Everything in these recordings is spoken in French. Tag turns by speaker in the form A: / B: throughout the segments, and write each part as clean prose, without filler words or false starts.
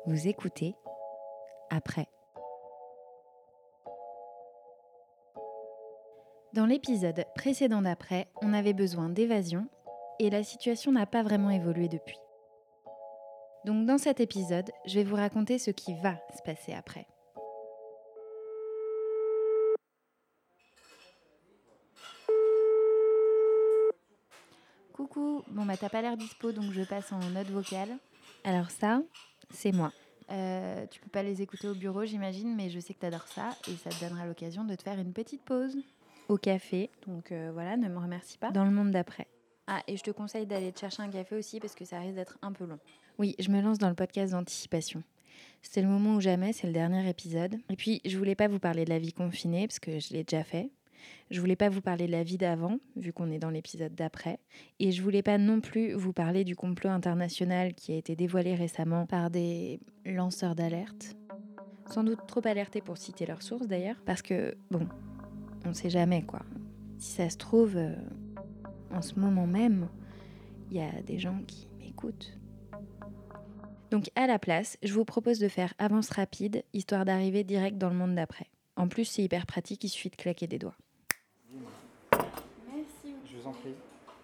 A: Vous écoutez Après. Dans l'épisode précédent d'Après, on avait besoin d'évasion et la situation n'a pas vraiment évolué depuis. Donc dans cet épisode, je vais vous raconter ce qui va se passer après. Coucou, t'as pas l'air dispo donc je passe en note vocale. Alors ça, c'est moi. Tu peux pas les écouter au bureau j'imagine, mais je sais que t'adores ça et ça te donnera l'occasion de te faire une petite pause au café. Donc voilà, ne me remercie pas. Dans le monde d'après. Ah, et je te conseille d'aller te chercher un café aussi parce que ça risque d'être un peu long. Oui, je me lance dans le podcast d'anticipation. C'était le moment ou jamais, c'est le dernier épisode. Et puis, je voulais pas vous parler de la vie confinée parce que je l'ai déjà fait. Je voulais pas vous parler de la vie d'avant, vu qu'on est dans l'épisode d'après. Et je voulais pas non plus vous parler du complot international qui a été dévoilé récemment par des lanceurs d'alerte. Sans doute trop alertés pour citer leurs sources d'ailleurs, parce que, on sait jamais quoi. Si ça se trouve, en ce moment même, il y a des gens qui m'écoutent. Donc à la place, je vous propose de faire avance rapide, histoire d'arriver direct dans le monde d'après. En plus, c'est hyper pratique, il suffit de claquer des doigts.
B: Merci. Je vous en prie.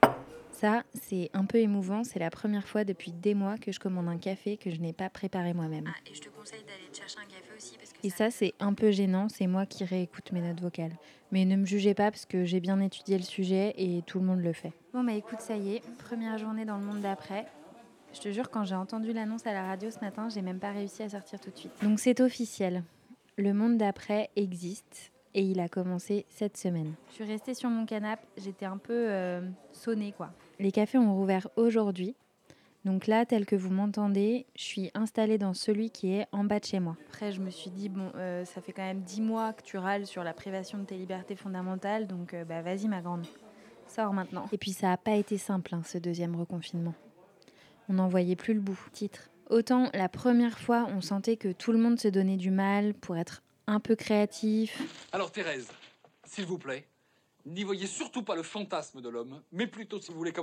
A: Ça, c'est un peu émouvant, c'est la première fois depuis des mois que je commande un café que je n'ai pas préparé moi-même.
C: Ah, et je te conseille d'aller te chercher un café aussi parce que
A: Et ça, c'est un peu gênant, c'est moi qui réécoute mes notes vocales. Mais ne me jugez pas parce que j'ai bien étudié le sujet et tout le monde le fait. Écoute, ça y est, première journée dans le monde d'après. Je te jure, quand j'ai entendu l'annonce à la radio ce matin, j'ai même pas réussi à sortir tout de suite. Donc c'est officiel, le monde d'après existe et il a commencé cette semaine. Je suis restée sur mon canapé, j'étais un peu sonnée quoi. Les cafés ont rouvert aujourd'hui. Donc là, tel que vous m'entendez, je suis installée dans celui qui est en bas de chez moi. Après, je me suis dit, ça fait quand même 10 mois que tu râles sur la privation de tes libertés fondamentales, donc vas-y ma grande, sors maintenant. Et puis ça n'a pas été simple, ce deuxième reconfinement. On n'en voyait plus le bout. Titre. Autant la première fois, on sentait que tout le monde se donnait du mal pour être un peu créatif.
D: Alors Thérèse, s'il vous plaît, n'y voyez surtout pas le fantasme de l'homme, mais plutôt, si vous voulez,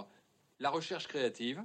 D: la recherche créative,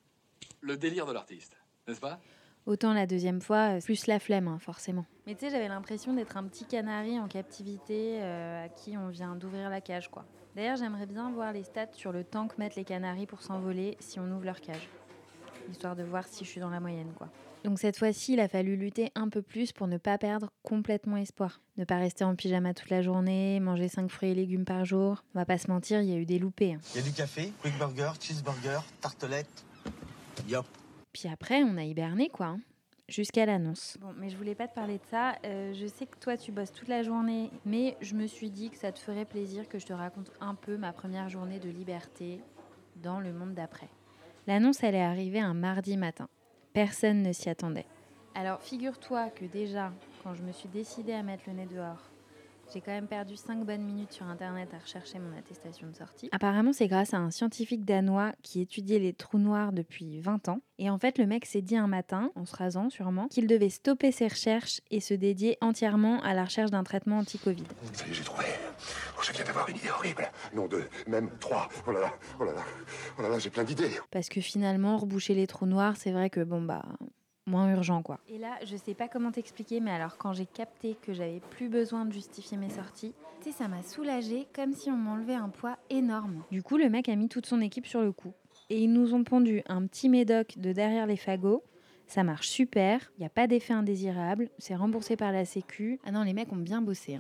D: le délire de l'artiste, n'est-ce pas ?
A: Autant la deuxième fois, plus la flemme, forcément. Mais tu sais, j'avais l'impression d'être un petit canari en captivité à qui on vient d'ouvrir la cage, quoi. D'ailleurs, j'aimerais bien voir les stats sur le temps que mettent les canaris pour s'envoler si on ouvre leur cage. Histoire de voir si je suis dans la moyenne, quoi. Donc cette fois-ci, il a fallu lutter un peu plus pour ne pas perdre complètement espoir. Ne pas rester en pyjama toute la journée, manger 5 fruits et légumes par jour. On va pas se mentir, il y a eu des loupés.
E: Il y a du café, quick burger, cheeseburger, tartelette. Yop.
A: Puis après, on a hiberné, quoi. Jusqu'à l'annonce. Mais je voulais pas te parler de ça. Je sais que toi, tu bosses toute la journée, mais je me suis dit que ça te ferait plaisir que je te raconte un peu ma première journée de liberté dans le monde d'après. L'annonce, elle est arrivée un mardi matin. Personne ne s'y attendait. Alors, figure-toi que déjà, quand je me suis décidée à mettre le nez dehors, j'ai quand même perdu 5 bonnes minutes sur Internet à rechercher mon attestation de sortie. Apparemment, c'est grâce à un scientifique danois qui étudiait les trous noirs depuis 20 ans. Et en fait, le mec s'est dit un matin, en se rasant sûrement, qu'il devait stopper ses recherches et se dédier entièrement à la recherche d'un traitement anti-Covid.
F: Ça y est, j'ai trouvé. Oh, je viens d'avoir une idée horrible. Non, 2, même 3. Oh là là, oh là là, oh là là, j'ai plein d'idées.
A: Parce que finalement, reboucher les trous noirs, c'est vrai que moins urgent quoi. Et là, je sais pas comment t'expliquer, mais alors quand j'ai capté que j'avais plus besoin de justifier mes sorties, tu sais, ça m'a soulagée comme si on m'enlevait un poids énorme. Du coup, le mec a mis toute son équipe sur le coup. Et ils nous ont pondu un petit médoc de derrière les fagots. Ça marche super, il n'y a pas d'effet indésirable, c'est remboursé par la Sécu. Ah non, les mecs ont bien bossé.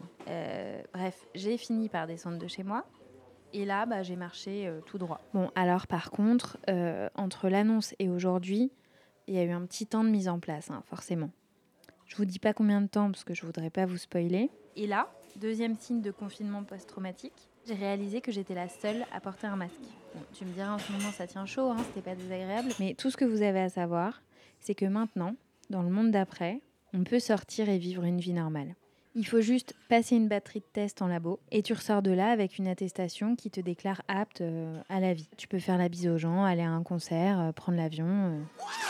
A: Bref, j'ai fini par descendre de chez moi. Et là, j'ai marché tout droit. Bon, alors par contre, entre l'annonce et aujourd'hui, il y a eu un petit temps de mise en place, forcément. Je vous dis pas combien de temps parce que je voudrais pas vous spoiler. Et là, deuxième signe de confinement post-traumatique, j'ai réalisé que j'étais la seule à porter un masque. Bon, tu me diras en ce moment ça tient chaud, c'était pas désagréable. Mais tout ce que vous avez à savoir, c'est que maintenant, dans le monde d'après, on peut sortir et vivre une vie normale. Il faut juste passer une batterie de tests en labo et tu ressors de là avec une attestation qui te déclare apte à la vie. Tu peux faire la bise aux gens, aller à un concert, prendre l'avion.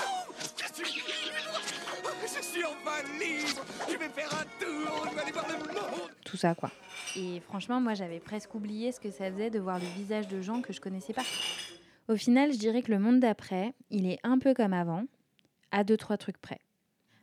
F: Je suis enfin libre. Je vais faire un tour, je vais aller voir le monde.
A: Tout ça, quoi. Et franchement, moi, j'avais presque oublié ce que ça faisait de voir le visage de gens que je connaissais pas. Au final, je dirais que le monde d'après, il est un peu comme avant, à 2-3 trucs près.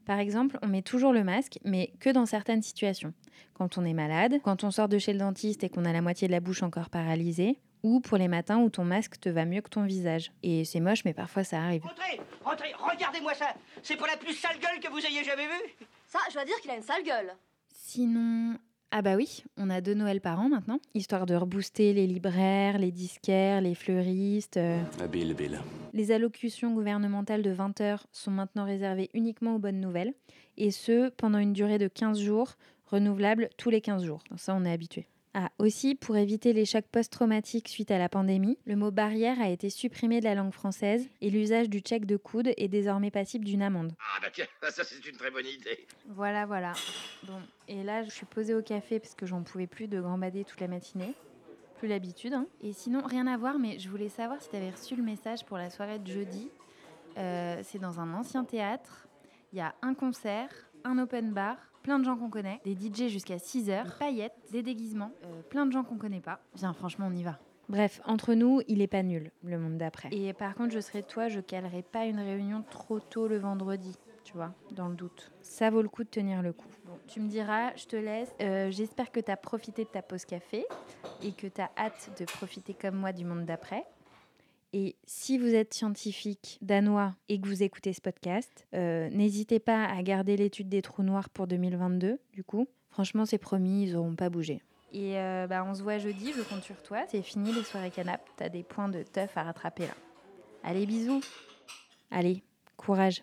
A: Par exemple, on met toujours le masque, mais que dans certaines situations. Quand on est malade, quand on sort de chez le dentiste et qu'on a la moitié de la bouche encore paralysée, ou pour les matins où ton masque te va mieux que ton visage. Et c'est moche, mais parfois ça arrive.
B: Rentrez, regardez-moi ça. C'est pour la plus sale gueule que vous ayez jamais vue.
G: Ça, je dois dire qu'il a une sale gueule.
A: Sinon... Ah bah oui, on a 2 Noëls par an maintenant, histoire de rebooster les libraires, les disquaires, les fleuristes.
H: Bill.
A: Les allocutions gouvernementales de 20 heures sont maintenant réservées uniquement aux bonnes nouvelles, et ce, pendant une durée de 15 jours, renouvelable tous les 15 jours. Ça, on est habitué. Ah, aussi, pour éviter les chocs post-traumatiques suite à la pandémie, le mot barrière a été supprimé de la langue française et l'usage du check de coude est désormais passible d'une amende.
B: Ah bah tiens, ça c'est une très bonne idée.
A: Voilà. Bon, et là, je suis posée au café parce que j'en pouvais plus de gambader toute la matinée. Plus l'habitude, hein. Et sinon, rien à voir, mais je voulais savoir si tu avais reçu le message pour la soirée de jeudi. C'est dans un ancien théâtre. Il y a un concert, un open bar, plein de gens qu'on connaît, des DJ jusqu'à 6h, des paillettes, des déguisements, plein de gens qu'on connaît pas. Viens, franchement, on y va. Bref, entre nous, il est pas nul, le monde d'après. Et par contre, je serais toi, je calerais pas une réunion trop tôt le vendredi, tu vois, dans le doute. Ça vaut le coup de tenir le coup. Bon, tu me diras, je te laisse. J'espère que t'as profité de ta pause café et que t'as hâte de profiter comme moi du monde d'après. Et si vous êtes scientifique danois et que vous écoutez ce podcast, n'hésitez pas à garder l'étude des trous noirs pour 2022, du coup. Franchement, c'est promis, ils n'auront pas bougé. Et on se voit jeudi, je compte sur toi. C'est fini les soirées canap, t'as des points de teuf à rattraper là. Allez, bisous. Allez, courage.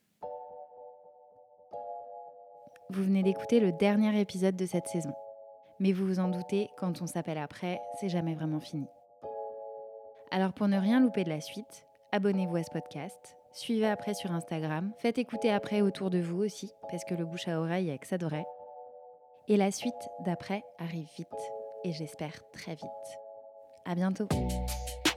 A: Vous venez d'écouter le dernier épisode de cette saison. Mais vous vous en doutez, quand on s'appelle après, c'est jamais vraiment fini. Alors pour ne rien louper de la suite, abonnez-vous à ce podcast, suivez après sur Instagram, faites écouter après autour de vous aussi, parce que le bouche à oreille, il y a que ça d'oreille. Et la suite d'après arrive vite, et j'espère très vite. À bientôt.